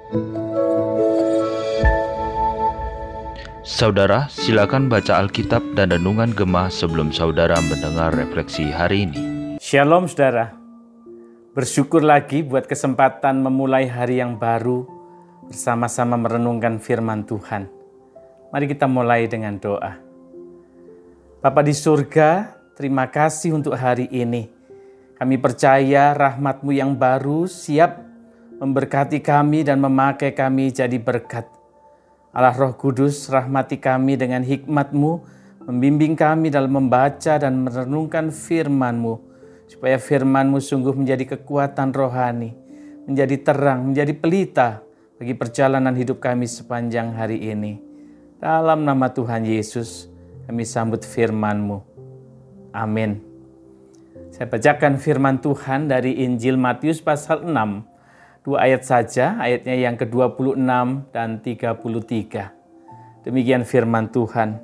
Saudara, silakan baca Alkitab dan Renungan Gemah sebelum saudara mendengar refleksi hari ini. Shalom saudara, bersyukur lagi buat kesempatan memulai hari yang baru bersama-sama merenungkan firman Tuhan. Mari kita mulai dengan doa. Bapa di surga, terima kasih untuk hari ini. Kami percaya rahmat-Mu yang baru siap memberkati kami dan memakai kami jadi berkat. Allah Roh Kudus, rahmati kami dengan hikmat-Mu, membimbing kami dalam membaca dan merenungkan firman-Mu, supaya firman-Mu sungguh menjadi kekuatan rohani, menjadi terang, menjadi pelita bagi perjalanan hidup kami sepanjang hari ini. Dalam nama Tuhan Yesus, kami sambut firman-Mu. Amin. Saya bacakan firman Tuhan dari Injil Matius pasal 6. 2 ayat saja, ayatnya yang ke-26 dan 33. Demikian firman Tuhan.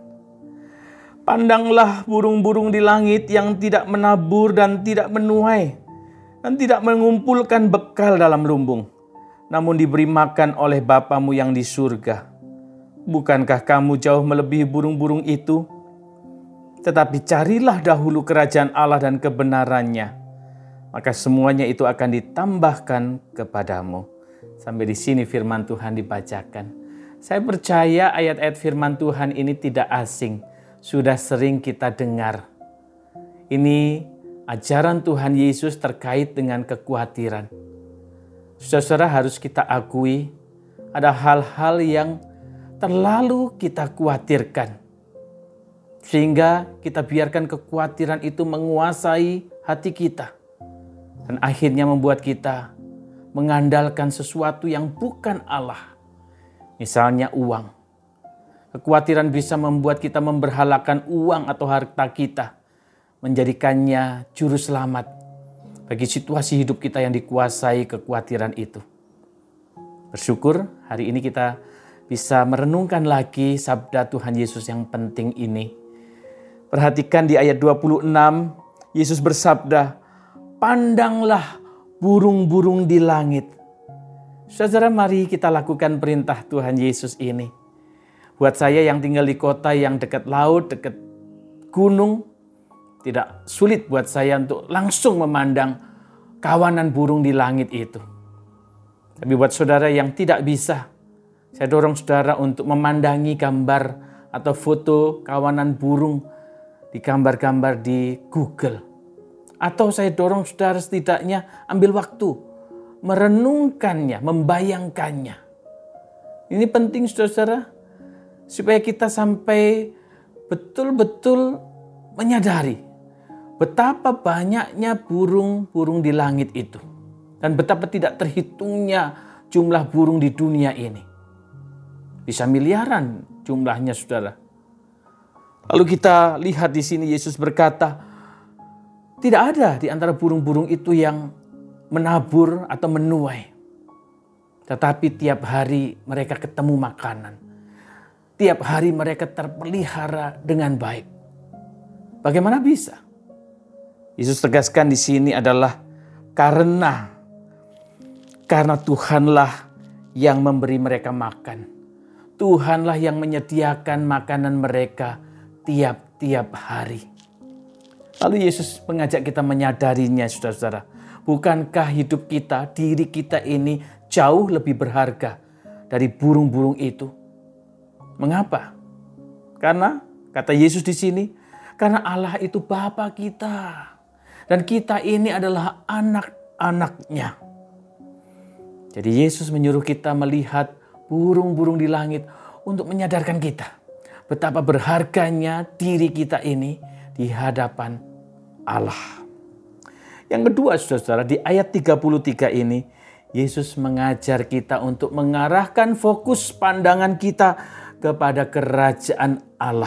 Pandanglah burung-burung di langit yang tidak menabur dan tidak menuai, dan tidak mengumpulkan bekal dalam lumbung, namun diberi makan oleh Bapamu yang di surga. Bukankah kamu jauh melebihi burung-burung itu? Tetapi carilah dahulu kerajaan Allah dan kebenarannya, maka semuanya itu akan ditambahkan kepadamu. Sampai di sini firman Tuhan dibacakan. Saya percaya ayat-ayat firman Tuhan ini tidak asing. Sudah sering kita dengar. Ini ajaran Tuhan Yesus terkait dengan kekhawatiran. Saudara, harus kita akui ada hal-hal yang terlalu kita khawatirkan, sehingga kita biarkan kekhawatiran itu menguasai hati kita. Dan akhirnya membuat kita mengandalkan sesuatu yang bukan Allah. Misalnya uang. Kekhawatiran bisa membuat kita memberhalakan uang atau harta kita, menjadikannya juru selamat bagi situasi hidup kita yang dikuasai kekhawatiran itu. Bersyukur hari ini kita bisa merenungkan lagi sabda Tuhan Yesus yang penting ini. Perhatikan di ayat 26, Yesus bersabda, pandanglah burung-burung di langit. Saudara, mari kita lakukan perintah Tuhan Yesus ini. Buat saya yang tinggal di kota yang dekat laut, dekat gunung, tidak sulit buat saya untuk langsung memandang kawanan burung di langit itu. Tapi buat saudara yang tidak bisa, saya dorong saudara untuk memandangi gambar atau foto kawanan burung di gambar-gambar di Google. Atau saya dorong saudara setidaknya ambil waktu merenungkannya, membayangkannya. Ini penting saudara, supaya kita sampai betul-betul menyadari betapa banyaknya burung-burung di langit itu. Dan betapa tidak terhitungnya jumlah burung di dunia ini. Bisa miliaran jumlahnya saudara. Lalu kita lihat di sini Yesus berkata, tidak ada di antara burung-burung itu yang menabur atau menuai. Tetapi tiap hari mereka ketemu makanan. Tiap hari mereka terpelihara dengan baik. Bagaimana bisa? Yesus tegaskan di sini adalah karena Tuhanlah yang memberi mereka makan. Tuhanlah yang menyediakan makanan mereka tiap-tiap hari. Lalu Yesus mengajak kita menyadarinya, saudara-saudara. Bukankah hidup kita, diri kita ini jauh lebih berharga dari burung-burung itu? Mengapa? Karena, kata Yesus di sini, karena Allah itu Bapa kita. Dan kita ini adalah anak-anak-Nya. Jadi Yesus menyuruh kita melihat burung-burung di langit untuk menyadarkan kita betapa berharganya diri kita ini di hadapan Allah. Yang kedua saudara, di ayat 33 ini Yesus mengajar kita untuk mengarahkan fokus pandangan kita kepada kerajaan Allah.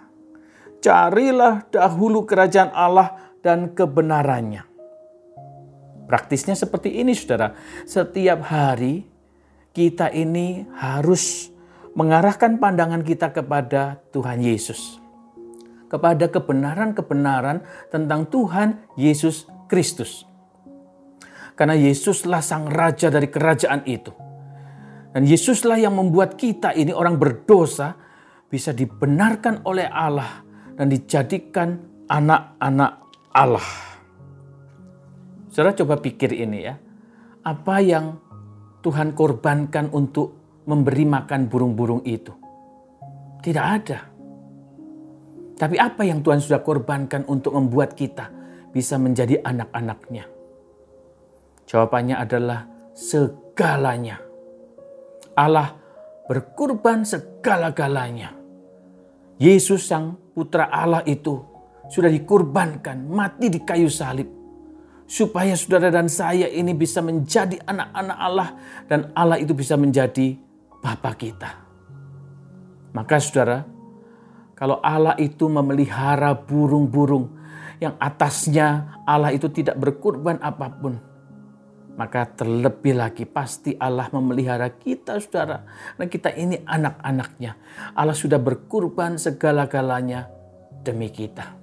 Carilah dahulu kerajaan Allah dan kebenarannya. Praktisnya seperti ini saudara. Setiap hari kita ini harus mengarahkan pandangan kita kepada Tuhan Yesus. Kepada kebenaran-kebenaran tentang Tuhan Yesus Kristus. Karena Yesuslah sang raja dari kerajaan itu. Dan Yesuslah yang membuat kita ini orang berdosa bisa dibenarkan oleh Allah dan dijadikan anak-anak Allah. Saudara coba pikir ini ya. Apa yang Tuhan korbankan untuk memberi makan burung-burung itu? Tidak ada. Tapi apa yang Tuhan sudah korbankan untuk membuat kita bisa menjadi anak-anaknya? Jawabannya adalah segalanya. Allah berkorban segala-galanya. Yesus sang putra Allah itu sudah dikorbankan, mati di kayu salib. Supaya saudara dan saya ini bisa menjadi anak-anak Allah dan Allah itu bisa menjadi Bapa kita. Maka saudara, kalau Allah itu memelihara burung-burung yang atasnya Allah itu tidak berkorban apapun, maka terlebih lagi pasti Allah memelihara kita saudara. Dan kita ini anak-anaknya. Allah sudah berkorban segala-galanya demi kita.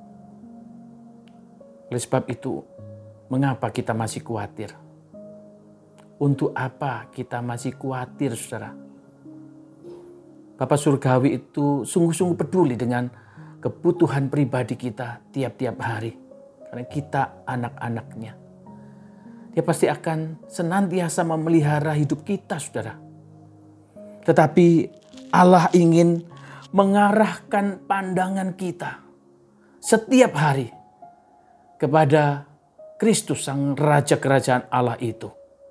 Oleh sebab itu, mengapa kita masih khawatir? Untuk apa kita masih khawatir saudara? Bapa Surgawi itu sungguh-sungguh peduli dengan kebutuhan pribadi kita tiap-tiap hari. Karena kita anak-anaknya. Dia pasti akan senantiasa memelihara hidup kita, saudara. Tetapi Allah ingin mengarahkan pandangan kita setiap hari kepada Kristus, sang Raja Kerajaan Allah itu.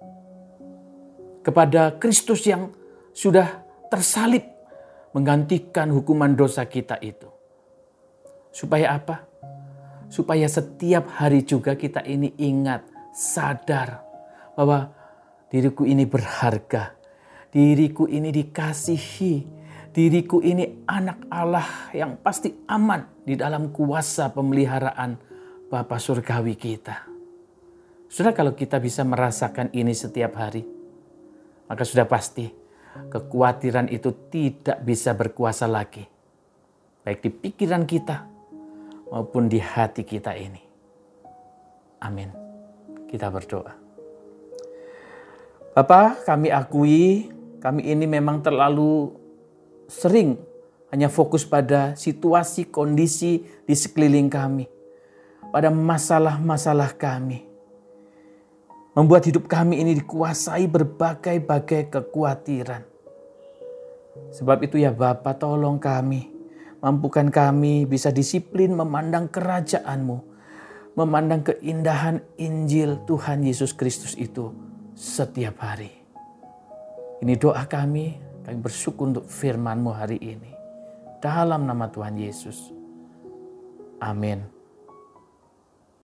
Kepada Kristus yang sudah tersalib menggantikan hukuman dosa kita itu. Supaya apa? Supaya setiap hari juga kita ini ingat, sadar bahwa diriku ini berharga, diriku ini dikasihi, diriku ini anak Allah yang pasti aman di dalam kuasa pemeliharaan Bapa Surgawi kita. Sudah kalau kita bisa merasakan ini setiap hari, maka sudah pasti kekhawatiran itu tidak bisa berkuasa lagi, baik di pikiran kita maupun di hati kita ini. Amin. Kita berdoa. Bapa, kami akui kami ini memang terlalu sering hanya fokus pada situasi, kondisi di sekeliling kami. Pada masalah-masalah kami. Membuat hidup kami ini dikuasai berbagai-bagai kekhawatiran. Sebab itu ya Bapa, tolong kami. Mampukan kami bisa disiplin memandang kerajaan-Mu. Memandang keindahan Injil Tuhan Yesus Kristus itu setiap hari. Ini doa kami bersyukur untuk firman-Mu hari ini. Dalam nama Tuhan Yesus. Amin.